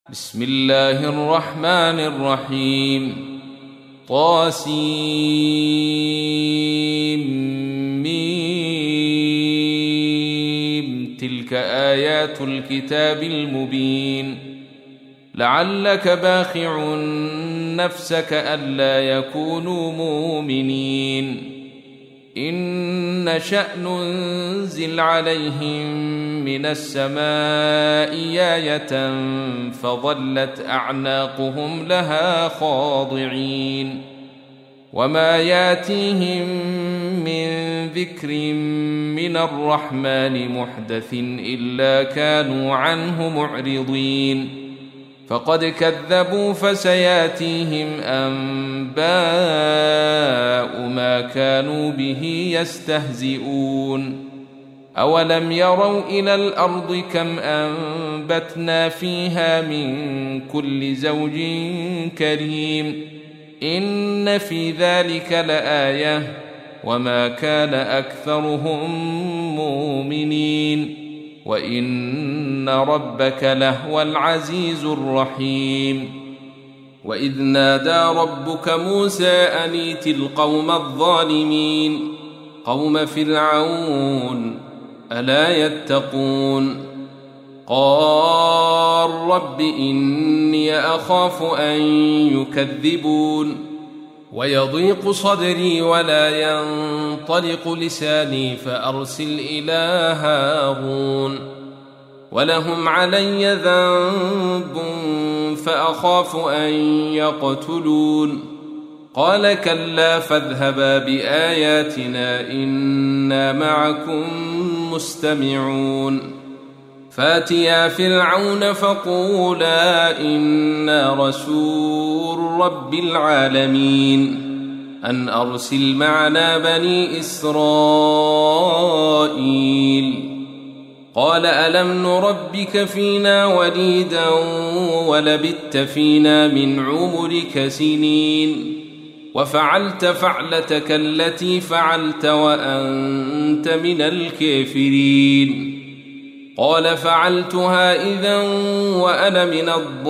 بسم الله الرحمن الرحيم طاسيم تلك آيات الكتاب المبين لعلك باخع نفسك ألا يكونوا مؤمنين إن نشأ ننزل عليهم من السماء آية فظلت أعناقهم لها خاضعين وما ياتيهم من ذكر من الرحمن محدث إلا كانوا عنه معرضين فقد كذبوا فسياتيهم أنباء ما كانوا به يستهزئون أولم يروا إلى الأرض كم أنبتنا فيها من كل زوج كريم إن في ذلك لآية وما كان أكثرهم مؤمنين وإن ربك لهو العزيز الرحيم وإذ نادى ربك موسى أن ائت القوم الظالمين قوم فرعون ألا يتقون قال رب إني أخاف أن يكذبون ويضيق صدري ولا ينطلق لساني فأرسل إلى هارون ولهم علي ذنب فأخاف أن يقتلون قال كلا فاذهبا بآياتنا إنا معكم مستمعون فاتيا فرعون فقولا إنا رسول رب العالمين أن أرسل معنا بني إسرائيل قال ألم نربك فينا وليدا ولبثت فينا من عمرك سنين وفعلت فعلتك التي فعلت وأنت من الكافرين قال فعلتها إذا وأنا من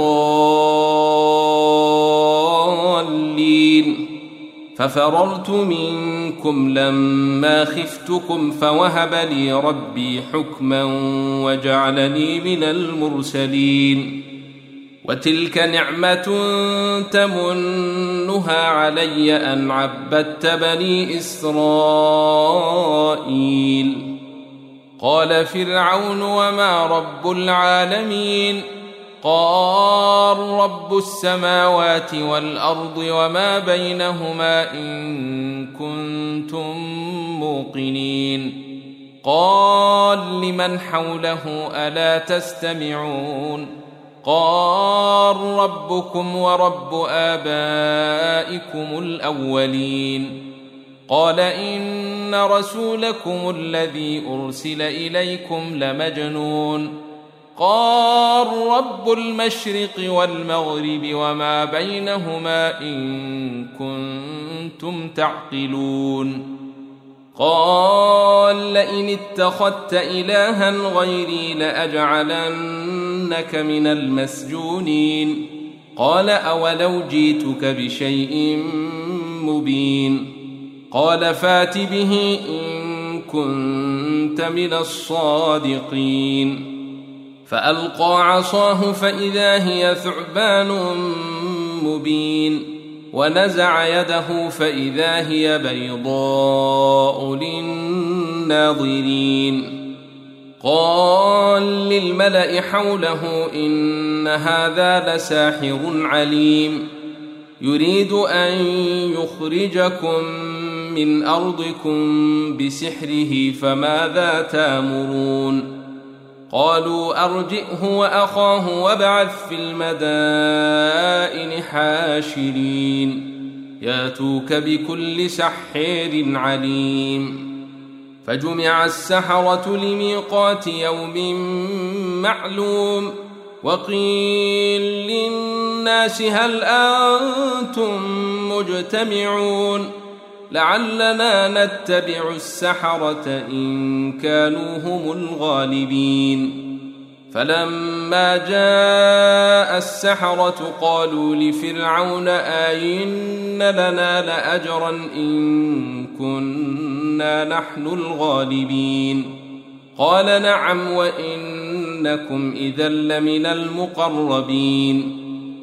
الضالين ففررت منكم لما خفتكم فوهب لي ربي حكما وجعلني من المرسلين وتلك نعمة تمنها علي أن عبدت بني إسرائيل قال فرعون وما رب العالمين قال رب السماوات والأرض وما بينهما إن كنتم موقنين قال لمن حوله ألا تستمعون قال ربكم ورب آبائكم الأولين قال إن رسولكم الذي أرسل إليكم لمجنون قال رب المشرق والمغرب وما بينهما إن كنتم تعقلون قال لئن اتخذت إلها غيري لأجعلنك من المسجونين قال أولو جئتك بشيء مبين قال فات به إن كنت من الصادقين فألقى عصاه فإذا هي ثعبان مبين ونزع يده فإذا هي بيضاء للناظرين قال للملأ حوله إن هذا لساحر عليم يريد أن يخرجكم من أرضكم بسحره فماذا تأمرون قالوا أرجئه وأخاه وابعث في المدائن حاشرين ياتوك بكل سحر عليم فجمع السحرة لميقات يوم معلوم وقيل للناس هل أنتم مجتمعون لعلنا نتبع السحرة إن كانوا هم الغالبين فلما جاء السحرة قالوا لفرعون أئن لنا لأجرا إن كنا نحن الغالبين قال نعم وإنكم إذا لمن المقربين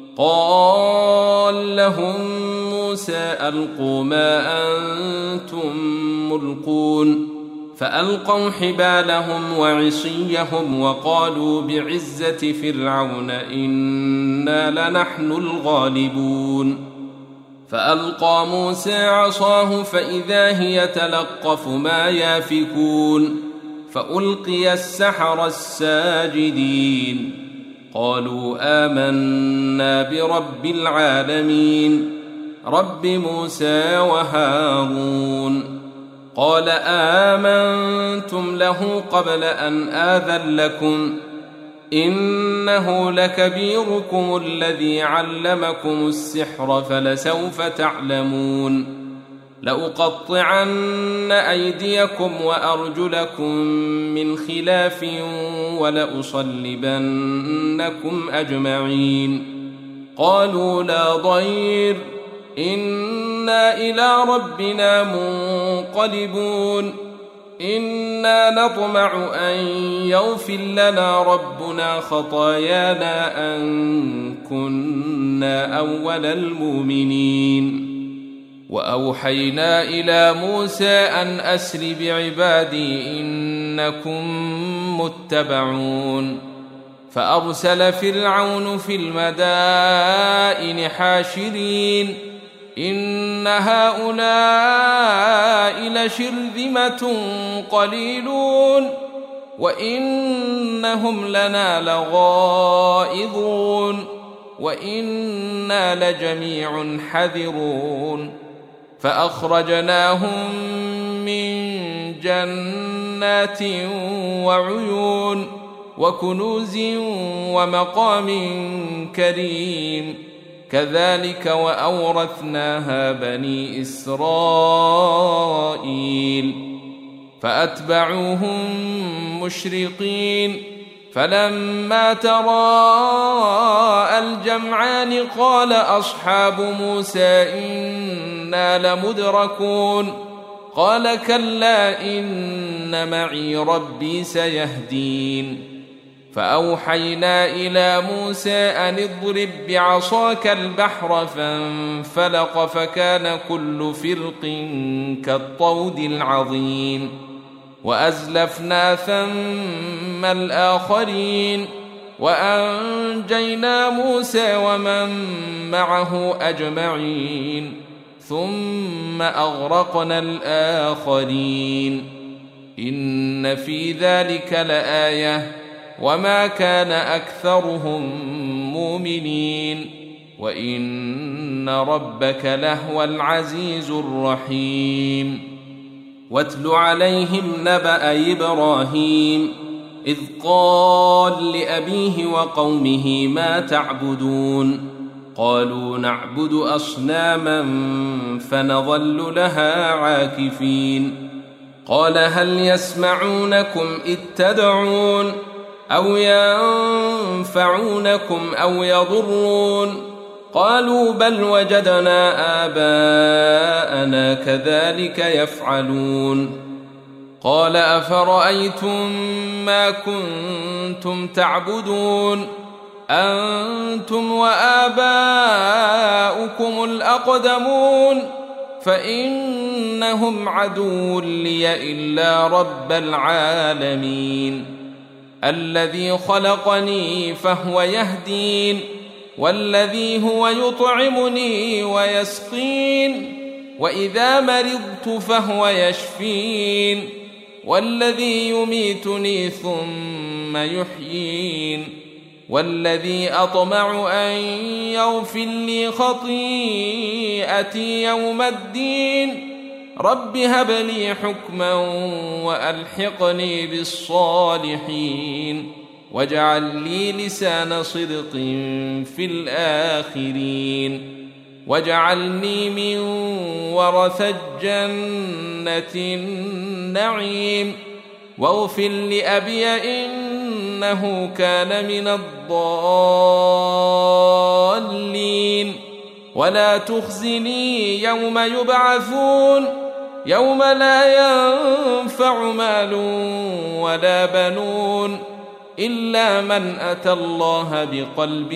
قال لهم موسى ألقوا ما أنتم ملقون فألقوا حبالهم وعصيهم وقالوا بعزة فرعون إنا لنحن الغالبون فألقى موسى عصاه فإذا هي تلقف ما يافكون فألقي السحرة الساجدين قالوا آمنا برب العالمين رب موسى وهارون قال آمنتم له قبل أن آذن لكم إنه لكبيركم الذي علمكم السحر فلسوف تعلمون لأقطعن أيديكم وأرجلكم من خلاف ولأصلبنكم أجمعين قالوا لا ضير إنا إلى ربنا منقلبون إنا نطمع أن يغفر لنا ربنا خطايانا أن كنا أول المؤمنين وأوحينا إلى موسى أن أسر بعبادي إنكم متبعون فأرسل فرعون في المدائن حاشرين إن هؤلاء لشرذمة قليلون وإنهم لنا لغائظون وإنا لجميع حذرون فأخرجناهم من جنات وعيون وكنوز ومقام كريم كذلك وأورثناها بني إسرائيل فأتبعوهم مشرقين فلما تراءى الجمعان قال أصحاب موسى إنا لمدركون قال كلا إن معي ربي سيهدين فأوحينا إلى موسى أن اضرب بعصاك البحر فانفلق فكان كل فرق كالطود العظيم وأزلفنا ثم الآخرين وأنجينا موسى ومن معه أجمعين ثم أغرقنا الآخرين إن في ذلك لآية وما كان أكثرهم مؤمنين وإن ربك لهو العزيز الرحيم واتل عليهم نبأ إبراهيم إذ قال لأبيه وقومه ما تعبدون قالوا نعبد أصناما فنظل لها عاكفين قال هل يسمعونكم إذ تدعون أو ينفعونكم أو يضرون قالوا بل وجدنا آباءنا كذلك يفعلون قال أفرأيتم ما كنتم تعبدون أنتم وآباؤكم الأقدمون فإنهم عدو لي إلا رب العالمين الذي خلقني فهو يهدين والذي هو يطعمني ويسقين وإذا مرضت فهو يشفين والذي يميتني ثم يحيين والذي أطمع أن يغفر لي خطيئتي يوم الدين رب هب لي حكما وألحقني بالصالحين واجعل لي لسان صدق في الآخرين واجعلني من ورثة جنة النعيم واغفر لأبي إنه إنه كان من الضالين ولا تخزني يوم يبعثون يوم لا ينفع مال ولا بنون إلا من أتى الله بقلب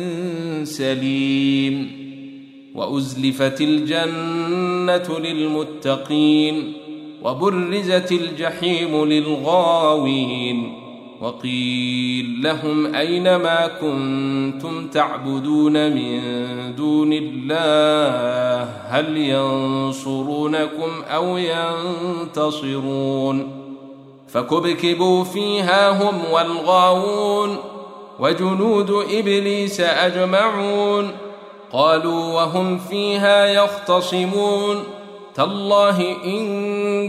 سليم وأزلفت الجنة للمتقين وبرزت الجحيم للغاوين وقيل لهم أين ما كنتم تعبدون من دون الله هل ينصرونكم أو ينتصرون فكبكبوا فيها هم والغاوون وجنود إبليس أجمعون قالوا وهم فيها يختصمون تالله إن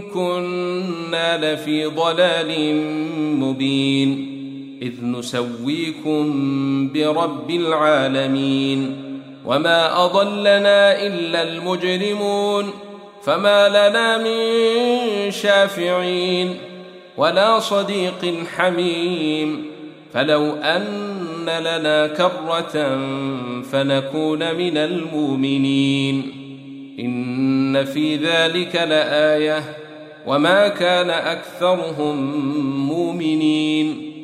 كنا لفي ضلال مبين إذ نسويكم برب العالمين وما أضلنا إلا المجرمون فما لنا من شافعين ولا صديق حميم فلو أن لنا كرة فنكون من المؤمنين إن في ذلك لآية وما كان أكثرهم مؤمنين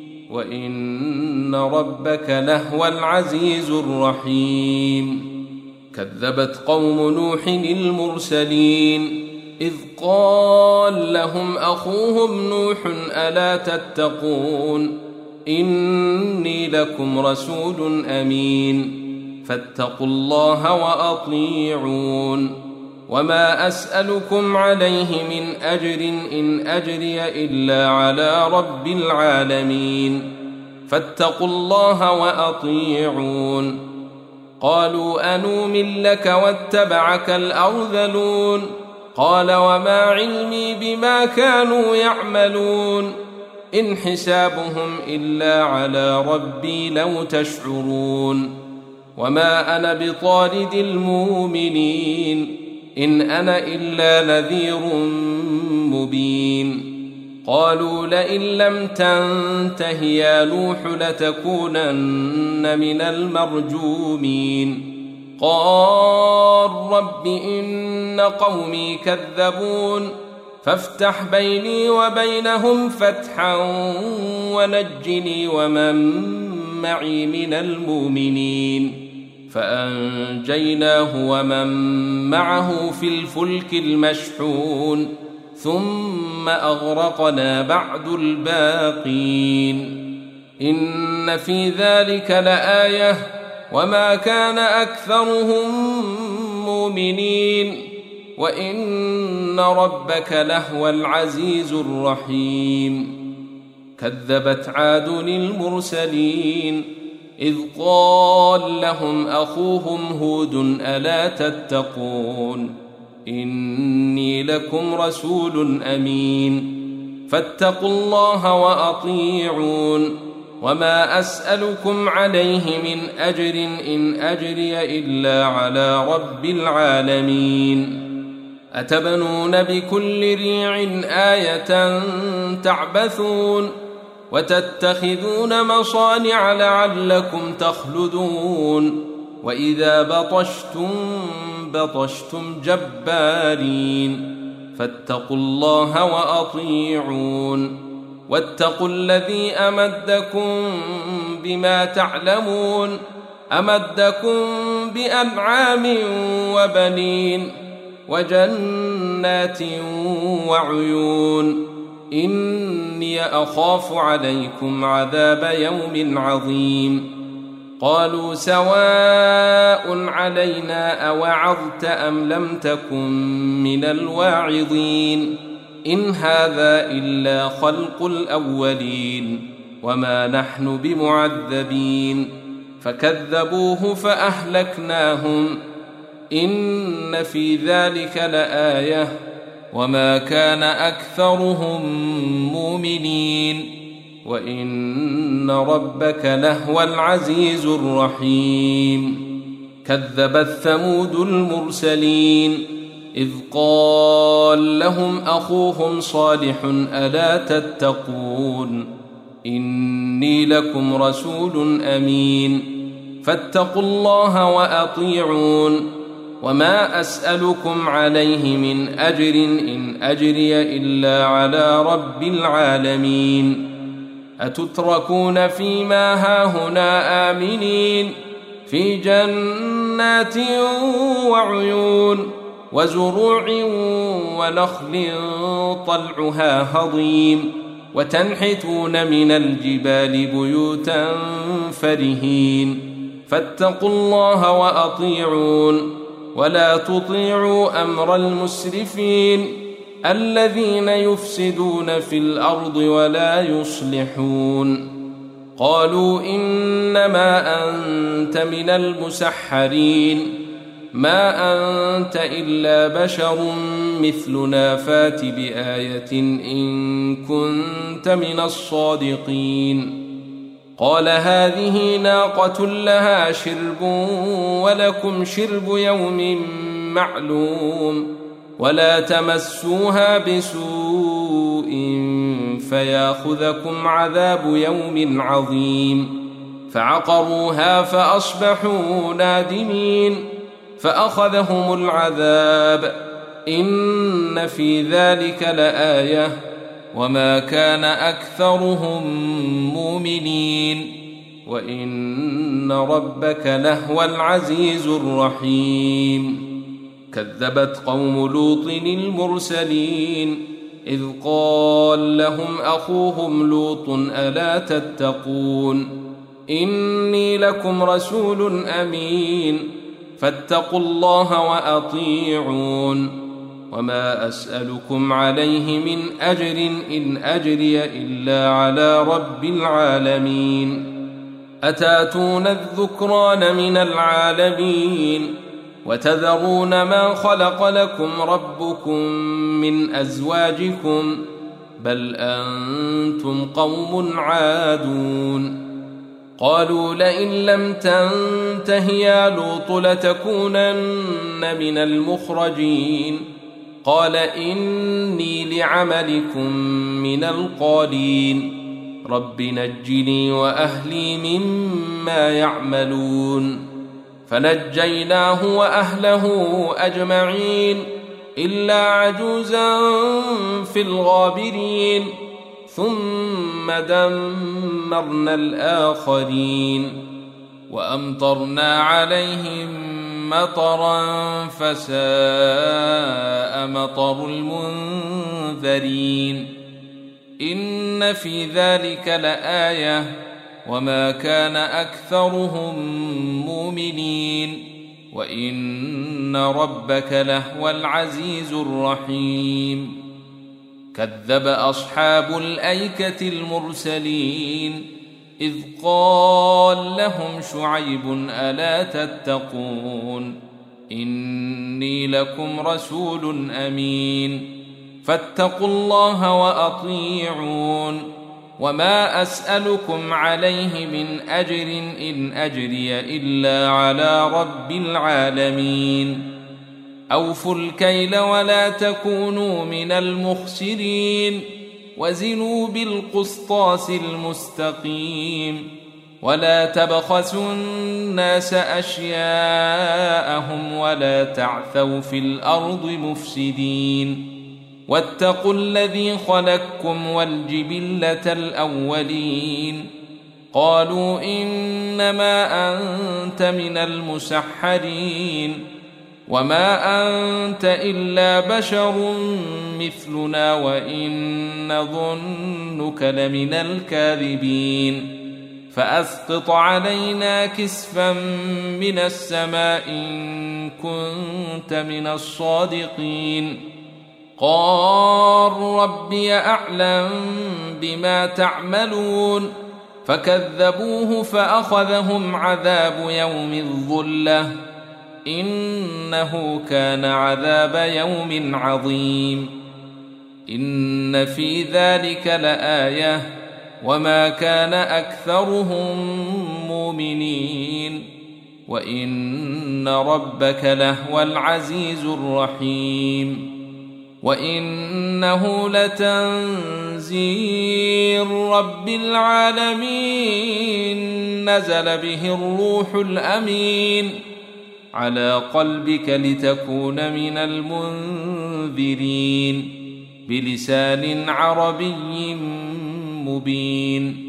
وإن ربك لهو العزيز الرحيم كذبت قوم نوح المرسلين إذ قال لهم أخوهم نوح ألا تتقون إني لكم رسول أمين فاتقوا الله وأطيعون وما أسألكم عليه من أجر إن أجري إلا على رب العالمين فاتقوا الله وأطيعون قالوا أنؤمن لك واتبعك الأرذلون قال وما علمي بما كانوا يعملون إن حسابهم إلا على ربي لو تشعرون وما أنا بطارد المؤمنين إن أنا إلا نذير مبين قالوا لئن لم تنته يا نوح لتكونن من المرجومين قال رب إن قومي كذبون فافتح بيني وبينهم فتحا ونجني ومن معي من المؤمنين فأنجيناه ومن معه في الفلك المشحون ثم أغرقنا بعد الباقين إن في ذلك لآية وما كان أكثرهم مؤمنين وإن ربك لهو العزيز الرحيم كذبت عاد المرسلين إذ قال لهم أخوهم هود ألا تتقون إني لكم رسول أمين فاتقوا الله وأطيعون وما أسألكم عليه من أجر إن أجري إلا على رب العالمين أتبنون بكل ريع آية تعبثون وتتخذون مصانع لعلكم تخلدون وإذا بطشتم جبارين فاتقوا الله وأطيعون واتقوا الذي أمدكم بما تعلمون أمدكم بأنعام وبنين وجنات وعيون إني أخاف عليكم عذاب يوم عظيم قالوا سواء علينا أوعظت أم لم تكن من الواعظين إن هذا إلا خلق الأولين وما نحن بمعذبين فكذبوه فأهلكناهم إن في ذلك لآية وما كان أكثرهم مؤمنين وإن ربك لهو العزيز الرحيم كذبت ثمود المرسلين إذ قال لهم أخوهم صالح ألا تتقون إني لكم رسول أمين فاتقوا الله وأطيعون وما أسألكم عليه من أجر إن أجري إلا على رب العالمين أتتركون فيما هاهنا آمنين في جنات وعيون وزروع ونخل طلعها هضيم وتنحتون من الجبال بيوتا فرهين فاتقوا الله وأطيعون ولا تطيعوا أمر المسرفين الذين يفسدون في الأرض ولا يصلحون قالوا إنما أنت من المسحرين ما أنت إلا بشر مثلنا فات بآية إن كنت من الصادقين قال هذه ناقة لها شرب ولكم شرب يوم معلوم ولا تمسوها بسوء فياخذكم عذاب يوم عظيم فعقروها فأصبحوا نادمين فأخذهم العذاب إن في ذلك لآية وما كان أكثرهم مؤمنين وإن ربك لهو العزيز الرحيم كذبت قوم لوط المرسلين إذ قال لهم أخوهم لوط ألا تتقون إني لكم رسول أمين فاتقوا الله وأطيعون وما أسألكم عليه من أجر إن أجري إلا على رب العالمين أتاتون الذكران من العالمين وتذرون ما خلق لكم ربكم من أزواجكم بل أنتم قوم عادون قالوا لئن لم تنته يا لوط لتكونن من المخرجين قال إني لعملكم من القالين رب نجني وأهلي مما يعملون فنجيناه وأهله أجمعين إلا عجوزا في الغابرين ثم دمرنا الآخرين وأمطرنا عليهم مطرا فساء مطر المنذرين إن في ذلك لآية وما كان أكثرهم مؤمنين وإن ربك لهو العزيز الرحيم كذب أصحاب الأيكة المرسلين إذ قال لهم شعيب ألا تتقون إني لكم رسول أمين فاتقوا الله وأطيعون وما أسألكم عليه من أجر إن أجري إلا على رب العالمين أوفوا الكيل ولا تكونوا من المخسرين وزنوا بالقسطاس المستقيم ولا تبخسوا الناس أشياءهم ولا تعثوا في الأرض مفسدين واتقوا الذي خلقكم والجبلة الأولين قالوا إنما أنت من المسحرين وما أنت إلا بشر مثلنا وإن نظنك لمن الكاذبين فأسقط علينا كسفا من السماء إن كنت من الصادقين قال ربي أعلم بما تعملون فكذبوه فأخذهم عذاب يوم الظلة إنه كان عذاب يوم عظيم إن في ذلك لآية وما كان أكثرهم مؤمنين وإن ربك لهو العزيز الرحيم وإنه لتنزيل رب العالمين نزل به الروح الأمين على قلبك لتكون من المنذرين بلسان عربي مبين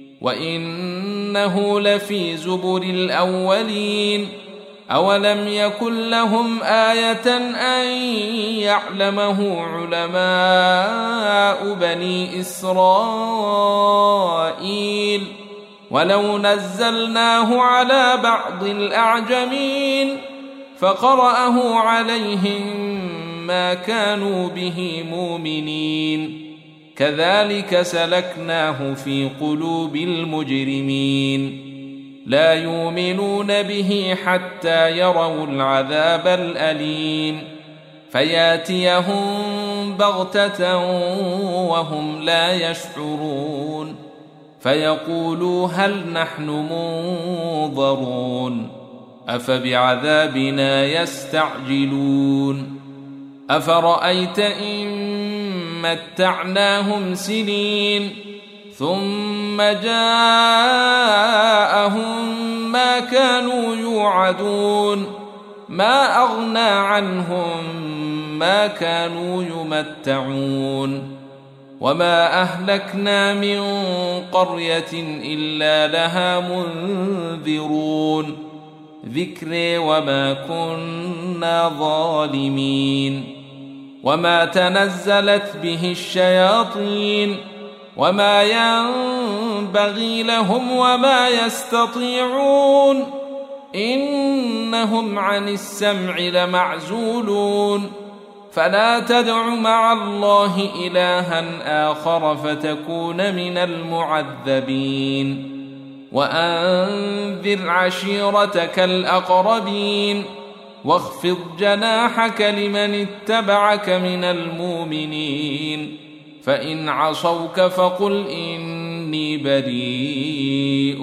وإنه لفي زبر الأولين أولم يكن لهم آية أن يعلمه علماء بني إسرائيل ولو نزلناه على بعض الأعجمين فقرأه عليهم ما كانوا به مؤمنين كذلك سلكناه في قلوب المجرمين لا يؤمنون به حتى يروا العذاب الأليم فياتيهم بغتة وهم لا يشعرون فيقولوا هل نحن منظرون أفبعذابنا يستعجلون أفرأيت إن متعناهم سنين ثم جاءهم ما كانوا يوعدون ما أغنى عنهم ما كانوا يمتعون وما أهلكنا من قرية إلا لها منذرون ذكر وما كنا ظالمين وما تنزلت به الشياطين وما ينبغي لهم وما يستطيعون إنهم عن السمع لمعزولون فلا تدع مع الله إلها آخر فتكون من المعذبين وأنذر عشيرتك الأقربين واخفض جناحك لمن اتبعك من المؤمنين فإن عصوك فقل إني بريء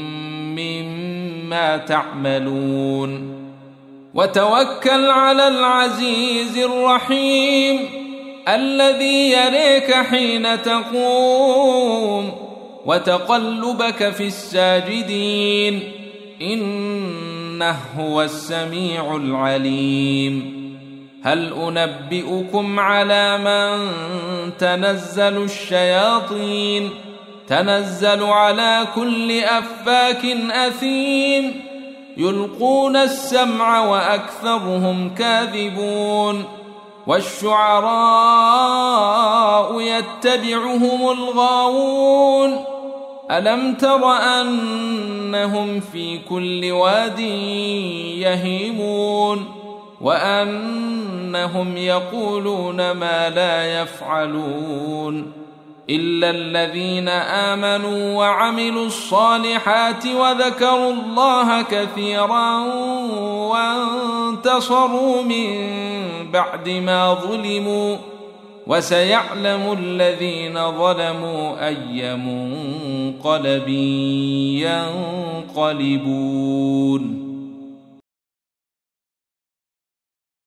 مما تعملون وتوكل على العزيز الرحيم الذي يريك حين تقوم وتقلبك في الساجدين إنه هو السميع العليم هل أنبئكم على من تنزل الشياطين تنزل على كل أفاك أثيم يلقون السمع وأكثرهم كاذبون والشعراء يتبعهم الغاوون ألم تر أنهم في كل واد يهيمون وأنهم يقولون ما لا يفعلون إلا الذين آمنوا وعملوا الصالحات وذكروا الله كثيرا وانتصروا من بعد ما ظلموا وسيعلم الذين ظلموا أي منقلب ينقلبون